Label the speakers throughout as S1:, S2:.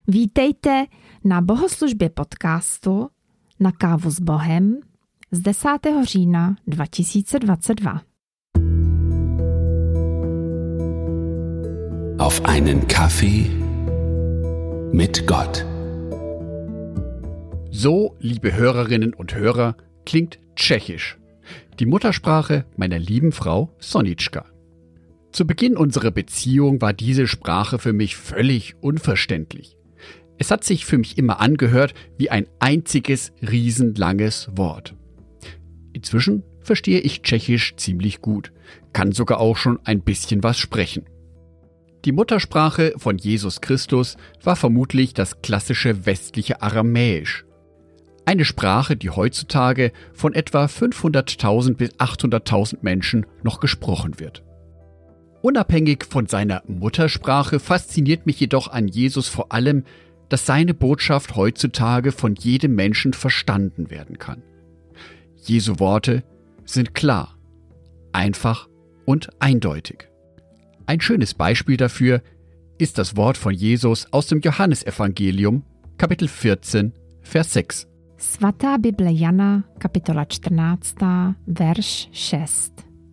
S1: Vítejte na bohoslužbě podcastu Na kávu s Bohem z 10. října 2022.
S2: Auf einen Kaffee mit Gott.
S3: So, liebe Hörerinnen und Hörer, klingt Tschechisch, die Muttersprache meiner lieben Frau Sonička. Zu Beginn unserer Beziehung war diese Sprache für mich völlig unverständlich. Es hat sich für mich immer angehört wie ein einziges riesenlanges Wort. Inzwischen verstehe ich Tschechisch ziemlich gut, kann sogar auch schon ein bisschen was sprechen. Die Muttersprache von Jesus Christus war vermutlich das klassische westliche Aramäisch. Eine Sprache, die heutzutage von etwa 500.000 bis 800.000 Menschen noch gesprochen wird. Unabhängig von seiner Muttersprache fasziniert mich jedoch an Jesus vor allem, dass seine Botschaft heutzutage von jedem Menschen verstanden werden kann. Jesu Worte sind klar, einfach und eindeutig. Ein schönes Beispiel dafür ist das Wort von Jesus aus dem Johannesevangelium, Kapitel 14, Vers 6.
S1: Svatá Bible Jana, kapitola 14, verš 6.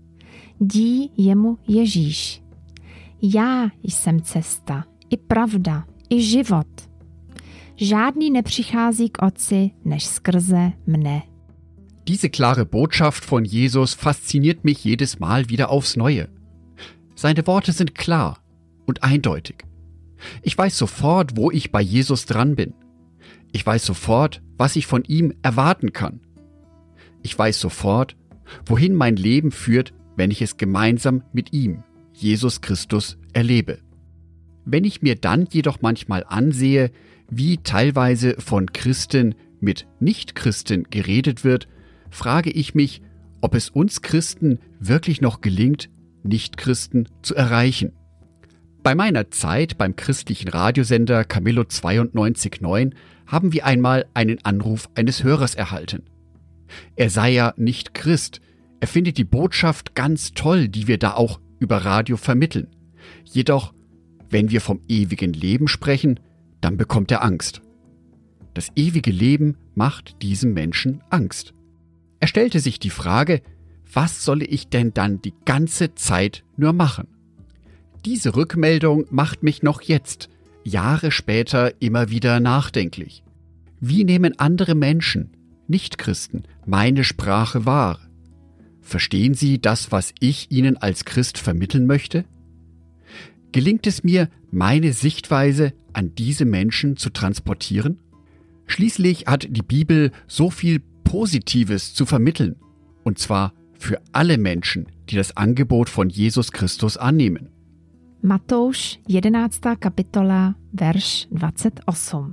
S1: Dí jemu Ježíš. Já jsem cesta, i pravda, i život. Žádný nepřichází k Otci, než skrze mne.
S3: Diese klare Botschaft von Jesus fasziniert mich jedes Mal wieder aufs Neue. Seine Worte sind klar und eindeutig. Ich weiß sofort, wo ich bei Jesus dran bin. Ich weiß sofort, was ich von ihm erwarten kann. Ich weiß sofort, wohin mein Leben führt, wenn ich es gemeinsam mit ihm, Jesus Christus, erlebe. Wenn ich mir dann jedoch manchmal ansehe, wie teilweise von Christen mit Nichtchristen geredet wird, frage ich mich, ob es uns Christen wirklich noch gelingt, Nichtchristen zu erreichen. Bei meiner Zeit beim christlichen Radiosender Camillo 92.9 haben wir einmal einen Anruf eines Hörers erhalten. Er sei ja nicht Christ, er findet die Botschaft ganz toll, die wir da auch über Radio vermitteln. Jedoch, wenn wir vom ewigen Leben sprechen, dann bekommt er Angst. Das ewige Leben macht diesem Menschen Angst. Er stellte sich die Frage, was solle ich denn dann die ganze Zeit nur machen? Diese Rückmeldung macht mich noch jetzt, Jahre später, immer wieder nachdenklich. Wie nehmen andere Menschen, Nichtchristen, meine Sprache wahr? Verstehen sie das, was ich ihnen als Christ vermitteln möchte? Gelingt es mir, meine Sichtweise an diese Menschen zu transportieren? Schließlich hat die Bibel so viel Positives zu vermitteln, und zwar für alle Menschen, die das Angebot von Jesus Christus annehmen.
S1: Matouš 11. kapitola, verš 28.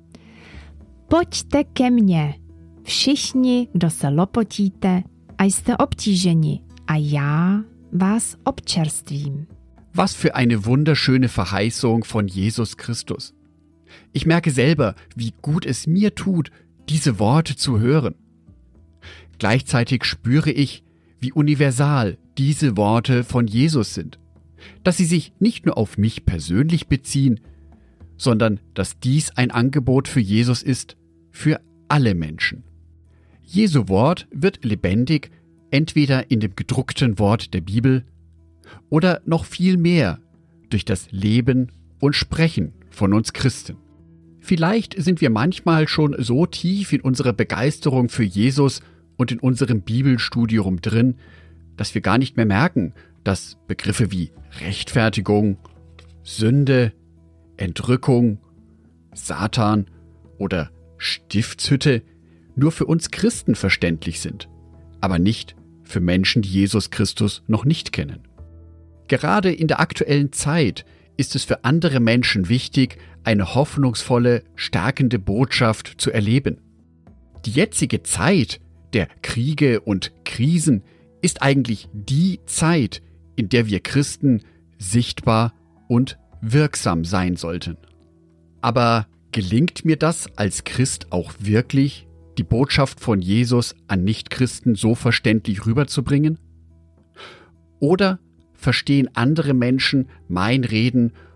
S1: Pojďte ke mně, všichni, kdo se lopotíte a jste obtíženi, a já vás občerstvím.
S3: Was für eine wunderschöne Verheißung von Jesus Christus. Ich merke selber, wie gut es mir tut, diese Worte zu hören. Gleichzeitig spüre ich, wie universal diese Worte von Jesus sind. Dass sie sich nicht nur auf mich persönlich beziehen, sondern dass dies ein Angebot für Jesus ist, für alle Menschen. Jesu Wort wird lebendig, entweder in dem gedruckten Wort der Bibel oder noch viel mehr durch das Leben und Sprechen von uns Christen. Vielleicht sind wir manchmal schon so tief in unserer Begeisterung für Jesus und in unserem Bibelstudium drin, dass wir gar nicht mehr merken, dass Begriffe wie Rechtfertigung, Sünde, Entrückung, Satan oder Stiftshütte nur für uns Christen verständlich sind, aber nicht für Menschen, die Jesus Christus noch nicht kennen. Gerade in der aktuellen Zeit ist es für andere Menschen wichtig, eine hoffnungsvolle, stärkende Botschaft zu erleben. Die jetzige Zeit der Kriege und Krisen ist eigentlich die Zeit, in der wir Christen sichtbar und wirksam sein sollten. Aber gelingt mir das als Christ auch wirklich, die Botschaft von Jesus an Nichtchristen so verständlich rüberzubringen? Oder verstehen andere Menschen mein Reden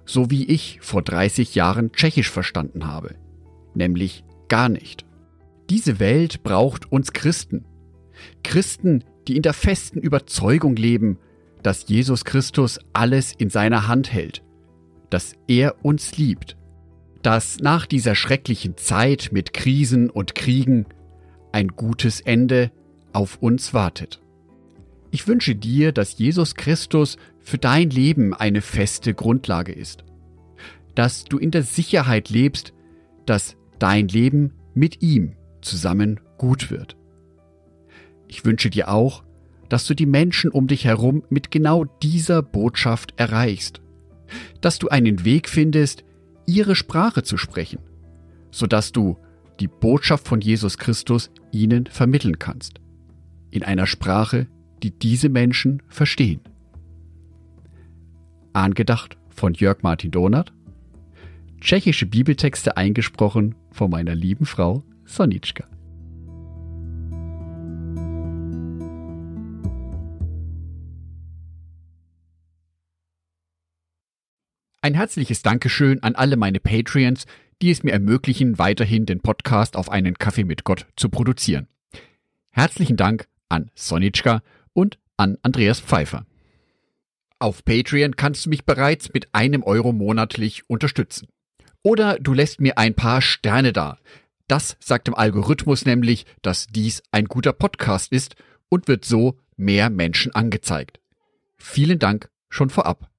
S3: so wie ich vor 30 Jahren Tschechisch verstanden habe, nämlich gar nicht. Diese Welt braucht uns Christen. Christen, die in der festen Überzeugung leben, dass Jesus Christus alles in seiner Hand hält, dass er uns liebt, dass nach dieser schrecklichen Zeit mit Krisen und Kriegen ein gutes Ende auf uns wartet. Ich wünsche dir, dass Jesus Christus für dein Leben eine feste Grundlage ist, dass du in der Sicherheit lebst, dass dein Leben mit ihm zusammen gut wird. Ich wünsche dir auch, dass du die Menschen um dich herum mit genau dieser Botschaft erreichst, dass du einen Weg findest, ihre Sprache zu sprechen, sodass du die Botschaft von Jesus Christus ihnen vermitteln kannst, in einer Sprache, die diese Menschen verstehen. Angedacht von Jörg Martin Dohnert, tschechische Bibeltexte eingesprochen von meiner lieben Frau Sonička. Ein herzliches Dankeschön an alle meine Patreons, die es mir ermöglichen, weiterhin den Podcast auf einen Kaffee mit Gott zu produzieren. Herzlichen Dank an Sonička und an Andreas Pfeiffer. Auf Patreon kannst du mich bereits mit €1 monatlich unterstützen. Oder du lässt mir ein paar Sterne da. Das sagt dem Algorithmus nämlich, dass dies ein guter Podcast ist und wird so mehr Menschen angezeigt. Vielen Dank schon vorab.